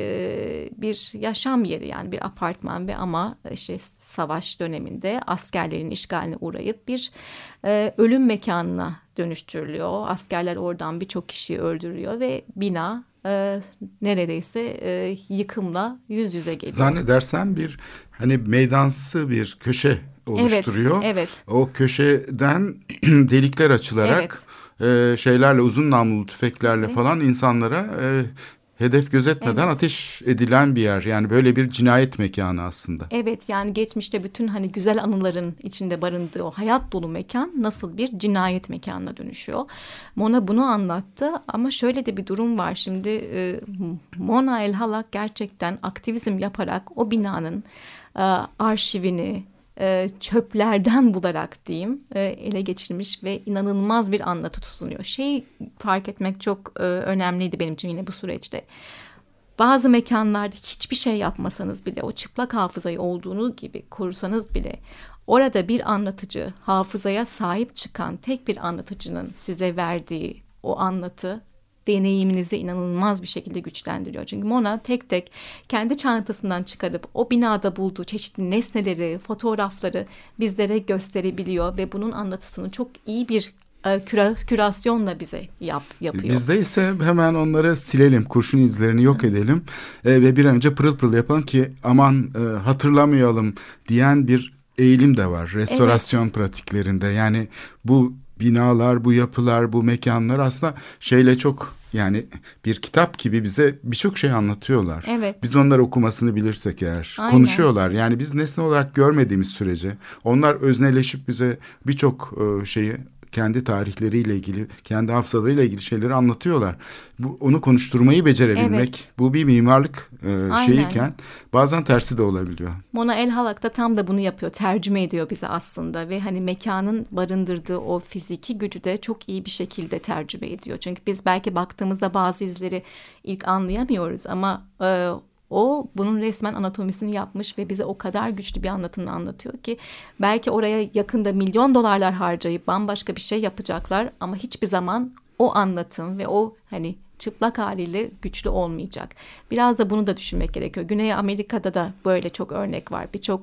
bir yaşam yeri yani bir apartman ve ama işte savaş döneminde askerlerin işgaline uğrayıp bir ölüm mekanına dönüştürülüyor. Askerler oradan birçok kişiyi öldürüyor ve bina neredeyse yıkımla yüz yüze geliyor. Zannedersem bir hani meydansı bir köşe oluşturuyor. Evet. O köşeden delikler açılarak şeylerle uzun namlulu tüfeklerle falan insanlara hedef gözetmeden ateş edilen bir yer. Yani böyle bir cinayet mekanı aslında. Evet, yani geçmişte bütün hani güzel anıların içinde barındığı o hayat dolu mekan nasıl bir cinayet mekanına dönüşüyor. Mona bunu anlattı ama şöyle de bir durum var. Şimdi Mona El Halak gerçekten aktivizm yaparak o binanın arşivini çöplerden bularak diyeyim ele geçirilmiş ve inanılmaz bir anlatı sunuyor. Şeyi fark etmek çok önemliydi benim için yine bu süreçte. Bazı mekanlarda hiçbir şey yapmasanız bile o çıplak hafızayı olduğunu gibi korusanız bile orada bir anlatıcı hafızaya sahip çıkan tek bir anlatıcının size verdiği o anlatı deneyiminizi inanılmaz bir şekilde güçlendiriyor. Çünkü Mona tek tek kendi çantasından çıkarıp o binada bulduğu çeşitli nesneleri, fotoğrafları bizlere gösterebiliyor ve bunun anlatısını çok iyi bir kürasyonla bize yapıyor. Bizde ise hemen onları silelim, kurşun izlerini yok edelim ve bir an önce pırıl pırıl yapalım ki aman hatırlamayalım diyen bir eğilim de var restorasyon pratiklerinde. Yani bu binalar, bu yapılar, bu mekanlar aslında şeyle çok yani bir kitap gibi bize birçok şey anlatıyorlar. Evet. Biz onları okumasını bilirsek eğer. Aynen. Konuşuyorlar. Yani biz nesne olarak görmediğimiz sürece onlar özneleşip bize birçok şeyi kendi tarihleriyle ilgili, kendi hafızalarıyla ilgili şeyleri anlatıyorlar. Onu konuşturmayı becerebilmek, bu bir mimarlık şeyiken bazen tersi de olabiliyor. Mona El Halak da tam da bunu yapıyor, tercüme ediyor bize aslında ve hani mekanın barındırdığı o fiziki gücü de çok iyi bir şekilde tercüme ediyor. Çünkü biz belki baktığımızda bazı izleri ilk anlayamıyoruz ama o bunun resmen anatomisini yapmış ve bize o kadar güçlü bir anlatımını anlatıyor ki belki oraya yakında milyon dolarlar harcayıp bambaşka bir şey yapacaklar ama hiçbir zaman o anlatım ve o hani çıplak haliyle güçlü olmayacak. Biraz da bunu da düşünmek gerekiyor. Güney Amerika'da da böyle çok örnek var. Birçok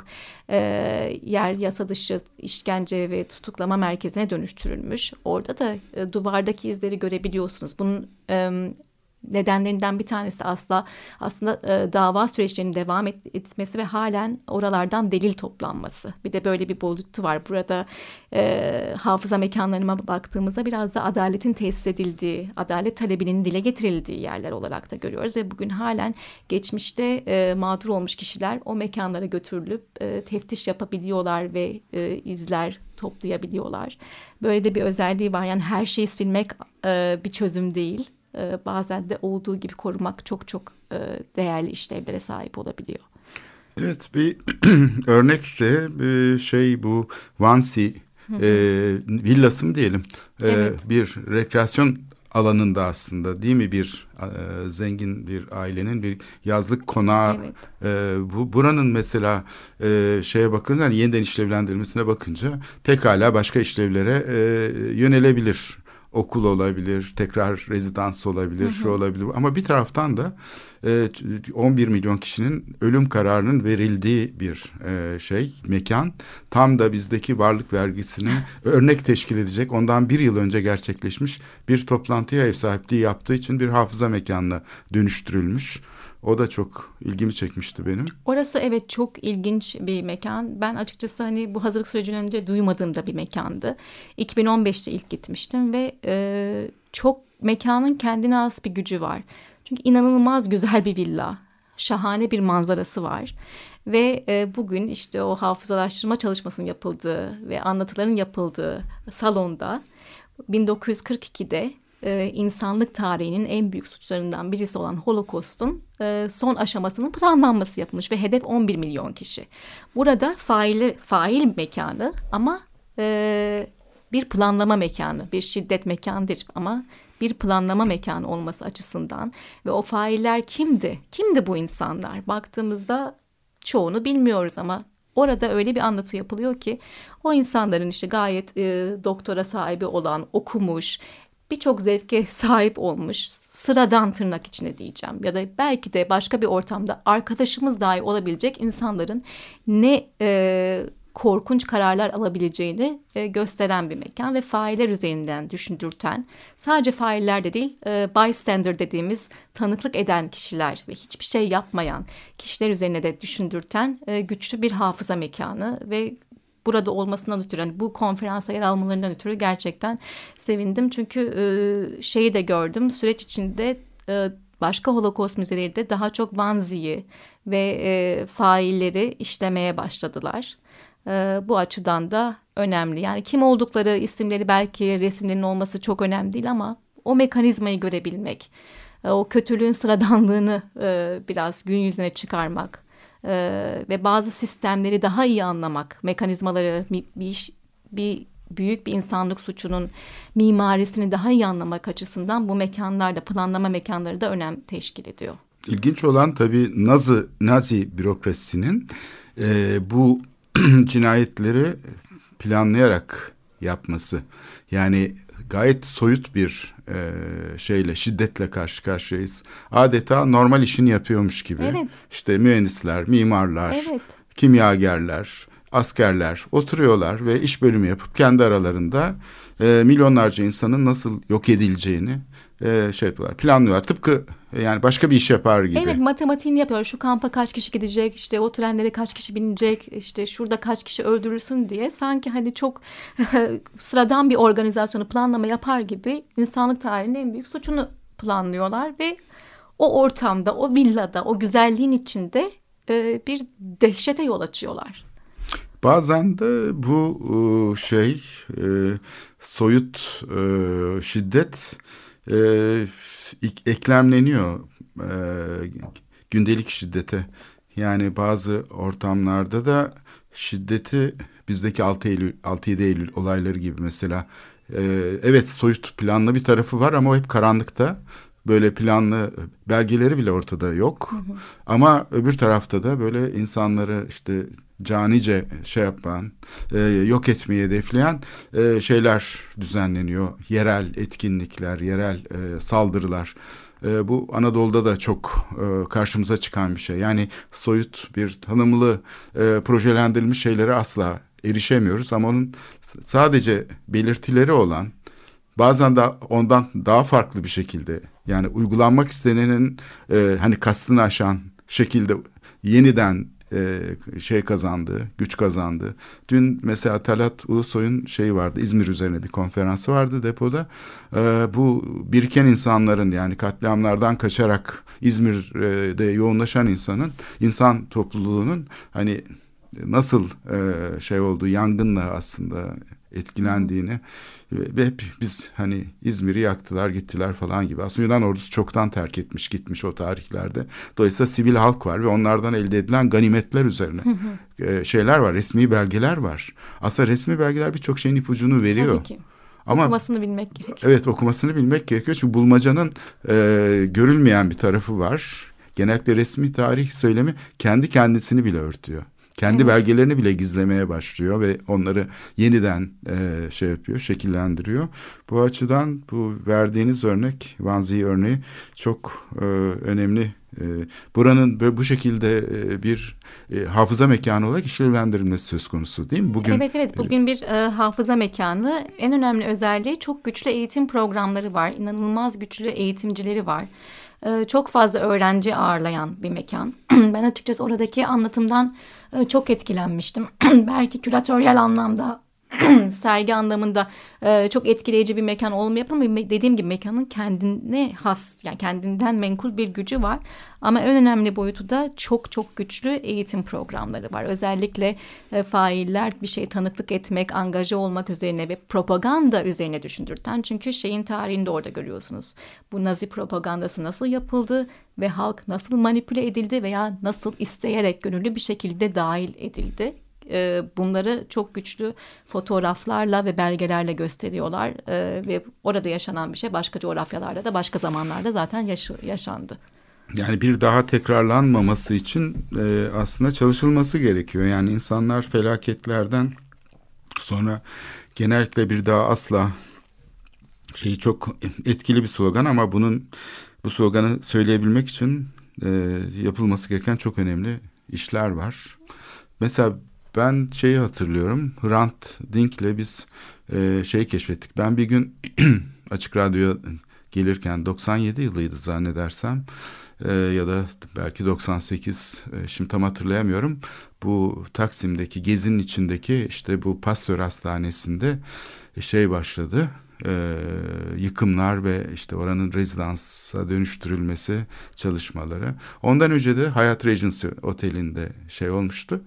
yer yasa dışı işkence ve tutuklama merkezine dönüştürülmüş. Orada da duvardaki izleri görebiliyorsunuz. Bunun nedenlerinden bir tanesi aslında dava süreçlerinin devam etmesi ve halen oralardan delil toplanması. Bir de böyle bir boyutu var. Burada hafıza mekanlarına baktığımızda biraz da adaletin tesis edildiği, adalet talebinin dile getirildiği yerler olarak da görüyoruz. Ve bugün halen geçmişte mağdur olmuş kişiler o mekanlara götürülüp teftiş yapabiliyorlar ve izler toplayabiliyorlar. Böyle de bir özelliği var. Yani her şeyi silmek bir çözüm değil. Bazen de olduğu gibi korumak çok çok değerli işlevlere sahip olabiliyor. Evet, bir örnek de bu Wannsee villası mı diyelim? Bir rekreasyon alanında aslında değil mi bir zengin bir ailenin bir yazlık konağı. Buranın mesela şeye bakınca yani yeniden işlevlendirilmesine bakınca pekala başka işlevlere yönelebilir. okul olabilir, tekrar rezidans olabilir, şu olabilir. Ama bir taraftan da 11 milyon kişinin ölüm kararının verildiği bir mekan. Tam da bizdeki varlık vergisini örnek teşkil edecek, ondan bir yıl önce gerçekleşmiş bir toplantıya ev sahipliği yaptığı için bir hafıza mekanına dönüştürülmüş. O da çok ilgimi çekmişti benim. Orası evet çok ilginç bir mekan. Ben açıkçası hani bu hazırlık sürecinin önce duymadığım da bir mekandı. 2015'te ilk gitmiştim ve çok mekanın kendine has bir gücü var. Çünkü inanılmaz güzel bir villa, şahane bir manzarası var. Ve bugün işte o hafızalaştırma çalışmasının yapıldığı ve anlatıların yapıldığı salonda 1942'de insanlık tarihinin en büyük suçlarından birisi olan Holocaust'un son aşamasının planlanması yapılmış ve hedef 11 milyon kişi. Burada fail mekanı ama bir planlama mekanı, bir şiddet mekanı değil ama bir planlama mekanı olması açısından ve o failler kimdi? Kimdi bu insanlar? Baktığımızda çoğunu bilmiyoruz ama orada öyle bir anlatı yapılıyor ki o insanların işte gayet doktora sahibi olan, okumuş, birçok zevke sahip olmuş, sıradan tırnak içine diyeceğim ya da belki de başka bir ortamda arkadaşımız dahi olabilecek insanların ne korkunç kararlar alabileceğini gösteren bir mekan ve failler üzerinden düşündürten, sadece failler de değil, bystander dediğimiz tanıklık eden kişiler ve hiçbir şey yapmayan kişiler üzerine de düşündürten güçlü bir hafıza mekanı ve burada olmasından ötürü, hani bu konferansa yer almalarından ötürü gerçekten sevindim. Çünkü şeyi de gördüm, süreç içinde başka Holocaust müzeleri de daha çok Wannsie'yi ve failleri işlemeye başladılar. Bu açıdan da önemli. Yani kim oldukları, isimleri, belki resimlerinin olması çok önemli değil ama o mekanizmayı görebilmek, o kötülüğün sıradanlığını biraz gün yüzüne çıkarmak ve bazı sistemleri daha iyi anlamak, mekanizmaları, büyük bir insanlık suçunun mimarisini daha iyi anlamak açısından bu mekanlarda, planlama mekanları da önem teşkil ediyor. İlginç olan tabii Nazi bürokrasisinin bu cinayetleri planlayarak yapması. Yani gayet soyut bir şiddetle karşı karşıyayız. Adeta normal işini yapıyormuş gibi. Evet. İşte mühendisler, mimarlar, kimyagerler, askerler oturuyorlar ve iş bölümü yapıp kendi aralarında milyonlarca insanın nasıl yok edileceğini yapıyorlar, planlıyorlar. Tıpkı yani başka bir iş yapar gibi. Evet, matematiğini yapıyor. Şu kampa kaç kişi gidecek, işte o trenlere kaç kişi binecek, işte şurada kaç kişi öldürürsün diye sanki hani çok sıradan bir organizasyonu planlama yapar gibi insanlık tarihinin en büyük suçunu planlıyorlar ve o ortamda, o villada, o güzelliğin içinde bir dehşete yol açıyorlar. Bazen de bu soyut şiddet eklemleniyor gündelik şiddete. Yani bazı ortamlarda da şiddeti bizdeki 6-7 Eylül olayları gibi mesela evet soyut planlı bir tarafı var ama o hep karanlıkta. Böyle planlı belgeleri bile ortada yok. Ama öbür tarafta da böyle insanları işte canice yapan, yok etmeyi hedefleyen şeyler düzenleniyor. Yerel etkinlikler, yerel saldırılar. Bu Anadolu'da da çok karşımıza çıkan bir şey. Yani soyut bir tanımlı projelendirilmiş şeylere asla erişemiyoruz. Ama onun sadece belirtileri olan, bazen de ondan daha farklı bir şekilde, yani uygulanmak istenenin hani kastını aşan şekilde yeniden güç kazandı. Dün mesela Talat Ulusoy'un vardı, İzmir üzerine bir konferansı vardı depoda. Bu biriken insanların, yani katliamlardan kaçarak İzmir'de yoğunlaşan insan topluluğunun hani nasıl olduğu, yangınla aslında etkilendiğini ve hep biz hani İzmir'i yaktılar gittiler falan gibi. Aslında Yunan ordusu çoktan terk etmiş gitmiş o tarihlerde. Dolayısıyla sivil halk var ve onlardan elde edilen ganimetler üzerine şeyler var, resmi belgeler var. Aslında resmi belgeler birçok şeyin ipucunu veriyor. Tabii ki. Ama okumasını bilmek gerekiyor. Evet, okumasını bilmek gerekiyor. Çünkü bulmacanın görülmeyen bir tarafı var. Genellikle resmi tarih söylemi kendi kendisini bile örtüyor. Kendi belgelerini bile gizlemeye başlıyor ve onları yeniden şey yapıyor, şekillendiriyor. Bu açıdan bu verdiğiniz örnek, Wannsee örneği çok önemli. Buranın bu şekilde bir hafıza mekanı olarak işlevlendirilmesi söz konusu değil mi? Bugün, evet. Bugün bir hafıza mekanı. En önemli özelliği çok güçlü eğitim programları var. İnanılmaz güçlü eğitimcileri var. Çok fazla öğrenci ağırlayan bir mekan. Ben açıkçası oradaki anlatımdan çok etkilenmiştim. Belki küratöryel anlamda, sergi anlamında çok etkileyici bir mekan olmayabilir ama dediğim gibi mekanın kendine has, yani kendinden menkul bir gücü var. Ama en önemli boyutu da çok çok güçlü eğitim programları var. Özellikle failler bir şeye tanıklık etmek, angaja olmak üzerine ve propaganda üzerine düşündürten. Çünkü şeyin tarihini de orada görüyorsunuz. Bu Nazi propagandası nasıl yapıldı ve halk nasıl manipüle edildi veya nasıl isteyerek gönüllü bir şekilde dahil edildi. Bunları çok güçlü fotoğraflarla ve belgelerle gösteriyorlar ve orada yaşanan bir şey başka coğrafyalarda da başka zamanlarda zaten yaşandı. Yani bir daha tekrarlanmaması için aslında çalışılması gerekiyor. Yani insanlar felaketlerden sonra genellikle bir daha asla, çok etkili bir slogan ama bu sloganı söyleyebilmek için yapılması gereken çok önemli işler var. Mesela ben hatırlıyorum, Hrant Dink'le biz keşfettik. Ben bir gün Açık Radyo'ya gelirken 97 yılıydı zannedersem ya da belki 98, şimdi tam hatırlayamıyorum. Bu Taksim'deki gezinin içindeki işte bu Pasteur Hastanesi'nde başladı. Yıkımlar ve işte oranın rezidansa dönüştürülmesi çalışmaları. Ondan önce de Hyatt Regency Oteli'nde olmuştu.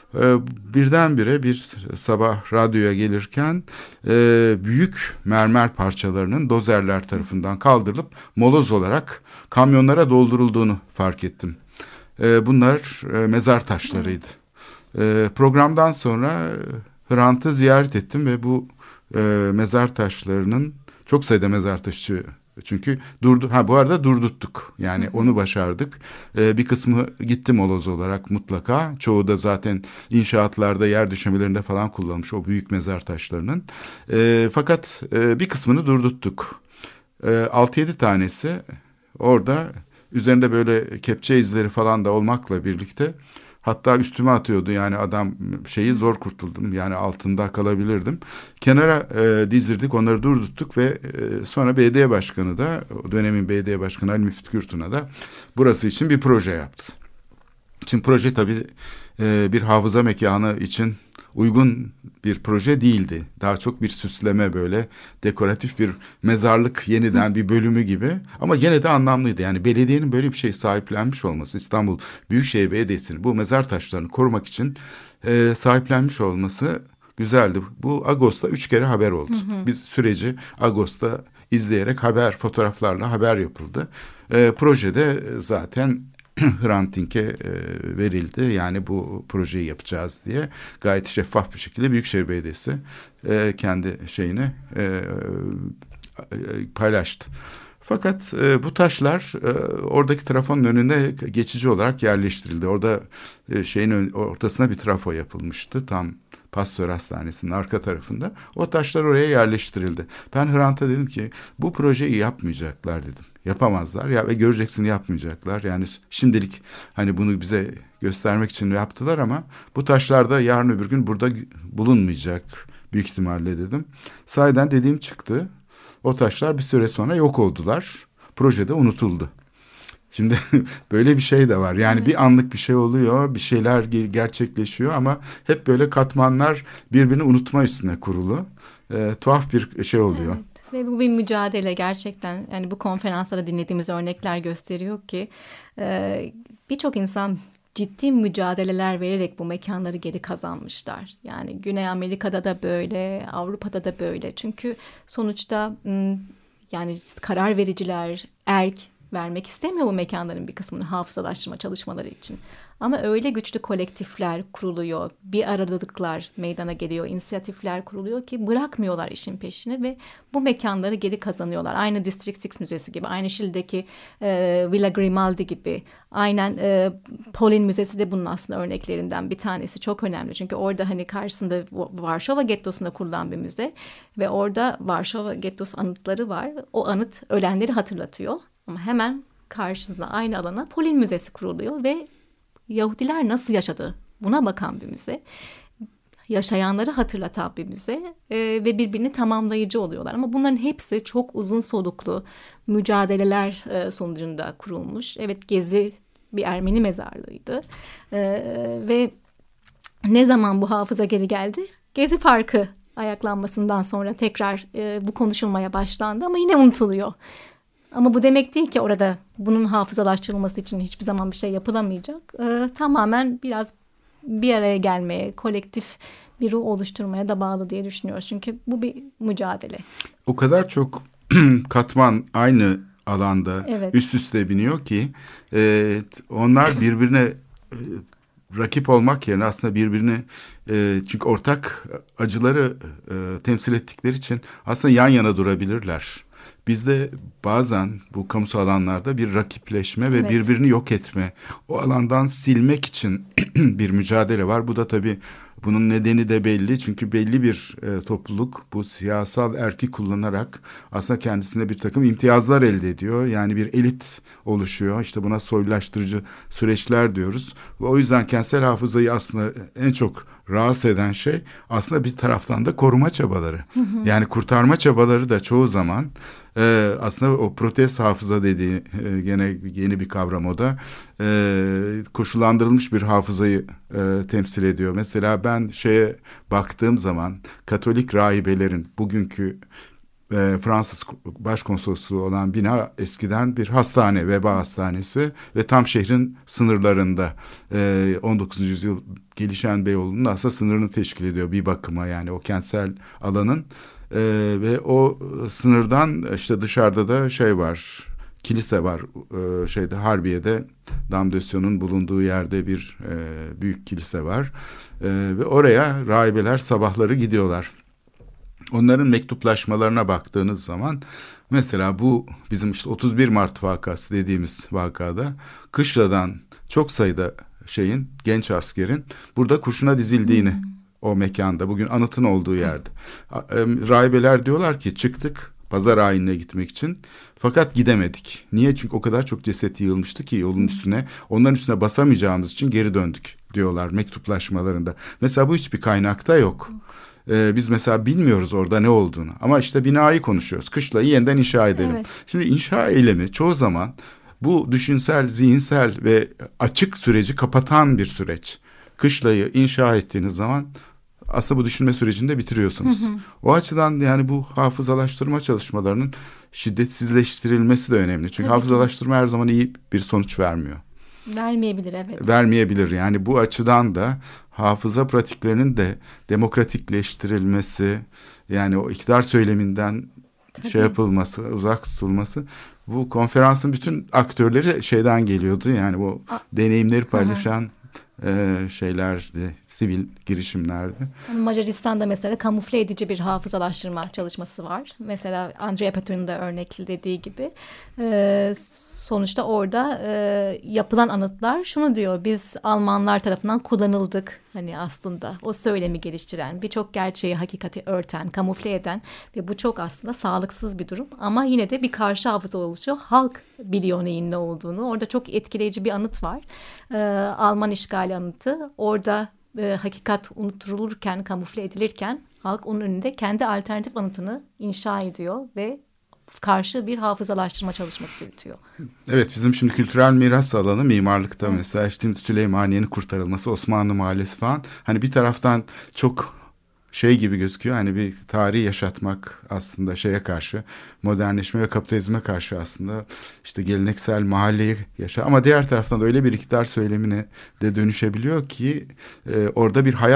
Birdenbire bir sabah radyoya gelirken büyük mermer parçalarının dozerler tarafından kaldırılıp moloz olarak kamyonlara doldurulduğunu fark ettim. Bunlar mezar taşlarıydı. Programdan sonra Hrant'ı ziyaret ettim ve bu mezar taşlarının, çok sayıda mezar taşı çünkü bu arada durdurttuk. Yani onu başardık. Bir kısmı gitti moloz olarak mutlaka. Çoğu da zaten inşaatlarda, yer döşemelerinde falan kullanılmış o büyük mezar taşlarının. Fakat bir kısmını durdurttuk. 6-7 tanesi orada, üzerinde böyle kepçe izleri falan da olmakla birlikte, hatta üstüme atıyordu, yani adam zor kurtuldum, yani altında kalabilirdim. Kenara dizdirdik, onları durdurttuk ve sonra belediye başkanı da, o dönemin belediye başkanı Ali Müftü Kürtun'a da burası için bir proje yaptı. Şimdi proje tabii bir hafıza mekanı için uygun bir proje değildi. Daha çok bir süsleme, böyle dekoratif bir mezarlık yeniden bir bölümü gibi. Ama gene de anlamlıydı. Yani belediyenin böyle bir şey sahiplenmiş olması, İstanbul Büyükşehir Belediyesi'nin bu mezar taşlarını korumak için sahiplenmiş olması güzeldi. Bu Ağustos'ta 3 kere haber oldu. Biz süreci Ağustos'ta izleyerek fotoğraflarla haber yapıldı. Projede zaten Hrant Dink'e verildi. Yani bu projeyi yapacağız diye gayet şeffaf bir şekilde Büyükşehir Belediyesi kendi paylaştı. Fakat bu taşlar oradaki trafonun önüne geçici olarak yerleştirildi. Orada ortasına bir trafo yapılmıştı, tam Pasteur Hastanesi'nin arka tarafında. O taşlar oraya yerleştirildi. Ben Hrant'a dedim ki bu projeyi yapmayacaklar dedim. Yapamazlar ya, ve göreceksin yapmayacaklar. Yani şimdilik bunu bize göstermek için yaptılar ama bu taşlar da yarın öbür gün burada bulunmayacak büyük ihtimalle dedim. Sahiden dediğim çıktı. O taşlar bir süre sonra yok oldular. Projede unutuldu. Şimdi böyle bir şey de var. Yani bir anlık bir şey oluyor, bir şeyler gerçekleşiyor ama hep böyle katmanlar birbirini unutma üstüne kurulu. Tuhaf bir şey oluyor. Evet. Ve bu bir mücadele gerçekten. Yani bu konferanslarda dinlediğimiz örnekler gösteriyor ki birçok insan ciddi mücadeleler vererek bu mekanları geri kazanmışlar. Yani Güney Amerika'da da böyle, Avrupa'da da böyle. Çünkü sonuçta yani karar vericiler, erk vermek istemiyor bu mekanların bir kısmını hafızalaştırma çalışmaları için. Ama öyle güçlü kolektifler kuruluyor, bir aradalıklar meydana geliyor, inisiyatifler kuruluyor ki bırakmıyorlar işin peşini ve bu mekanları geri kazanıyorlar. Aynı District 6 Müzesi gibi, aynı Şili'deki Villa Grimaldi gibi, aynen Polin Müzesi de bunun aslında örneklerinden bir tanesi. Çok önemli çünkü orada hani karşısında Varşova Gettosu'nda kurulan bir müze ve orada Varşova Gettosu anıtları var. O anıt ölenleri hatırlatıyor ama hemen karşısında aynı alana Polin Müzesi kuruluyor ve Yahudiler nasıl yaşadı? Buna bakan bir müze. Yaşayanları hatırlatan bir müze ve birbirini tamamlayıcı oluyorlar. Ama bunların hepsi çok uzun soluklu mücadeleler sonucunda kurulmuş. Evet, Gezi bir Ermeni mezarlığıydı. Ve ne zaman bu hafıza geri geldi? Gezi Parkı ayaklanmasından sonra tekrar bu konuşulmaya başlandı ama yine unutuluyor. Ama bu demek değil ki orada bunun hafızalaştırılması için hiçbir zaman bir şey yapılamayacak. Tamamen biraz bir araya gelmeye, kolektif bir ruh oluşturmaya da bağlı diye düşünüyoruz. Çünkü bu bir mücadele. O kadar çok katman aynı alanda evet. üst üste biniyor ki onlar birbirine rakip olmak yerine aslında birbirini çünkü ortak acıları temsil ettikleri için aslında yan yana durabilirler. Bizde bazen bu kamusal alanlarda bir rakipleşme ve evet. birbirini yok etme, o alandan silmek için bir mücadele var. Bu da tabii bunun nedeni de belli. Çünkü belli bir topluluk bu siyasal erki kullanarak aslında kendisine bir takım imtiyazlar elde ediyor. Yani bir elit oluşuyor. İşte buna soylulaştırıcı süreçler diyoruz. Ve o yüzden kentsel hafızayı aslında en çok rahatsız eden şey aslında bir taraftan da koruma çabaları. Yani kurtarma çabaları da çoğu zaman aslında o protest hafıza dediği gene yeni bir kavram o da koşullandırılmış bir hafızayı temsil ediyor. Mesela ben şeye baktığım zaman Katolik rahibelerin bugünkü Fransız Başkonsolosluğu olan bina eskiden bir hastane, veba hastanesi ve tam şehrin sınırlarında 19. yüzyıl gelişen Beyoğlu'nun aslında sınırını teşkil ediyor bir bakıma, yani o kentsel alanın ve o sınırdan işte dışarıda da şey var, kilise var, şeyde Harbiye'de Dame de Sion'un bulunduğu yerde bir büyük kilise var ve oraya rahibeler sabahları gidiyorlar. Onların mektuplaşmalarına baktığınız zaman mesela bu bizim işte 31 Mart vakası dediğimiz vakada Kışla'dan çok sayıda genç askerin burada kurşuna dizildiğini o mekanda, bugün anıtın olduğu yerde. Rahibeler diyorlar ki çıktık pazar ayinine gitmek için fakat gidemedik. Niye? Çünkü o kadar çok ceset yığılmıştı ki yolun üstüne, onların üstüne basamayacağımız için geri döndük diyorlar mektuplaşmalarında. Mesela bu hiçbir kaynakta yok. Biz mesela bilmiyoruz orada ne olduğunu ama işte binayı konuşuyoruz. Kışlayı yeniden inşa edelim. Evet. Şimdi inşa eylemi çoğu zaman bu düşünsel, zihinsel ve açık süreci kapatan bir süreç. Kışlayı inşa ettiğiniz zaman aslında bu düşünme sürecini de bitiriyorsunuz. O açıdan yani bu hafızalaştırma çalışmalarının şiddetsizleştirilmesi de önemli. Çünkü hafızalaştırma her zaman iyi bir sonuç vermiyor. Vermeyebilir, evet. Vermeyebilir. Yani bu açıdan da hafıza pratiklerinin de demokratikleştirilmesi, yani o iktidar söyleminden yapılması, uzak tutulması, bu konferansın bütün aktörleri şeyden geliyordu. Yani bu deneyimleri paylaşan şeylerdi, sivil girişimlerdi. Macaristan'da mesela kamufle edici bir hafızalaştırma çalışması var. Mesela Andrea Petru'nun da örneklediği gibi. Sonuçta orada yapılan anıtlar şunu diyor: biz Almanlar tarafından kullanıldık. Hani aslında o söylemi geliştiren, birçok gerçeği, hakikati örten, kamufle eden ve bu çok aslında sağlıksız bir durum. Ama yine de bir karşı hafıza oluşuyor. Halk biliyor neyin ne olduğunu. Orada çok etkileyici bir anıt var. Alman işgali anıtı. Orada hakikat unutulurken, kamufle edilirken halk onun önünde kendi alternatif anıtını inşa ediyor ve karşı bir hafızalaştırma çalışması yürütüyor. Evet, bizim şimdi kültürel miras alanı mimarlıkta mesela işte Süleymaniye'nin kurtarılması, Osmanlı Mahallesi falan, hani bir taraftan çok gibi gözüküyor, hani bir tarihi yaşatmak aslında şeye karşı, modernleşme ve kapitalizme karşı aslında işte geleneksel mahalleyi yaşa, ama diğer taraftan da öyle bir iktidar söylemine de dönüşebiliyor ki orada bir hayat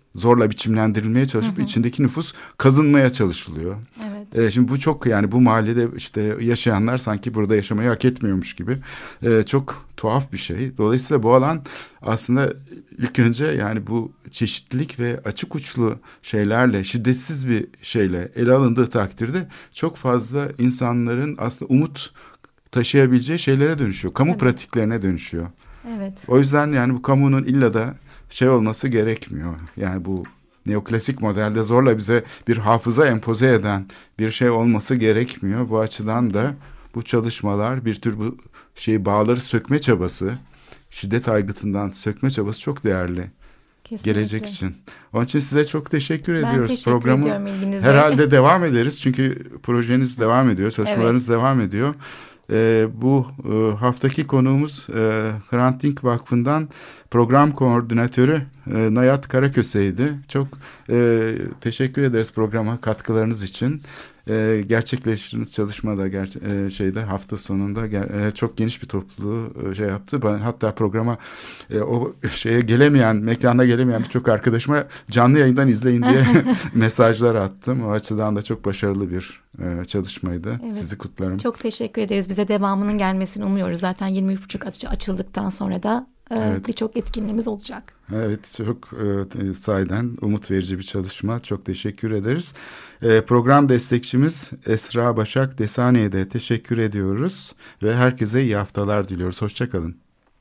zorla biçimlendirilmeye çalışıp içindeki nüfus kazınmaya çalışılıyor. Evet. Şimdi bu çok, yani bu mahallede işte yaşayanlar sanki burada yaşamayı hak etmiyormuş gibi çok tuhaf bir şey. Dolayısıyla bu alan aslında ilk önce yani bu çeşitlilik ve açık uçlu şeylerle, şiddetsiz bir şeyle ele alındığı takdirde çok fazla insanların aslında umut taşıyabileceği şeylere dönüşüyor. Kamu pratiklerine dönüşüyor. Evet. O yüzden yani bu kamunun illa da şey olması gerekmiyor. Yani bu neoklasik modelde zorla bize bir hafıza empoze eden bir şey olması gerekmiyor. Bu açıdan da bu çalışmalar bir tür bu bağları sökme çabası, şiddet aygıtından sökme çabası çok değerli. Kesinlikle. Gelecek için. Onun için size çok teşekkür ediyoruz. Ben teşekkür ediyorum ilginize. Herhalde devam ederiz çünkü projeniz devam ediyor, çalışmalarınız devam ediyor. Bu haftaki konuğumuz Hrant Dink Vakfı'ndan program koordinatörü Nayat Karaköse'ydi. Çok teşekkür ederiz programa katkılarınız için. Gerçekleştirdiğiniz çalışmada hafta sonunda çok geniş bir topluluğu yaptı. Ben hatta programa o mekana gelemeyen birçok arkadaşıma canlı yayından izleyin diye mesajlar attım. O açıdan da çok başarılı bir çalışmaydı. Evet. Sizi kutlarım. Çok teşekkür ederiz. Bize devamının gelmesini umuyoruz. Zaten 23.30 açıldıktan sonra da birçok etkinliğimiz olacak. Evet, çok sahiden umut verici bir çalışma. Çok teşekkür ederiz. Program destekçimiz Esra Başak Desane'ye de teşekkür ediyoruz ve herkese iyi haftalar diliyoruz. Hoşça kalın.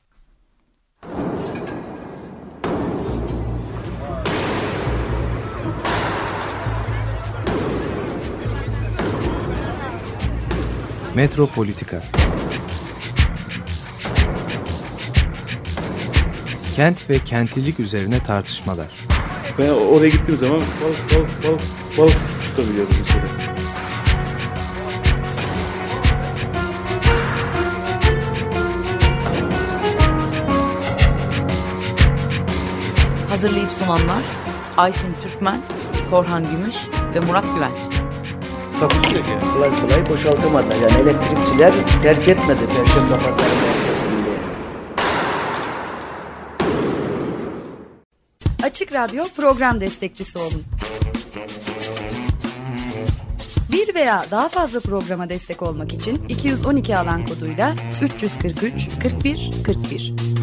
Metropolitika. Kent ve kentlilik üzerine tartışmalar. Ben oraya gittiğim zaman balık tutabiliyordum mesela. Hazırlayıp sunanlar Aysin Türkmen, Korhan Gümüş ve Murat Güvenç. Takusu yok yani. Kolay kolay boşaltamadılar. Yani elektrikçiler terk etmedi Perşembe Pazarı merkezini. Açık Radyo program destekçisi olun. Bir veya daha fazla programa destek olmak için 212 alan koduyla 343 41 41.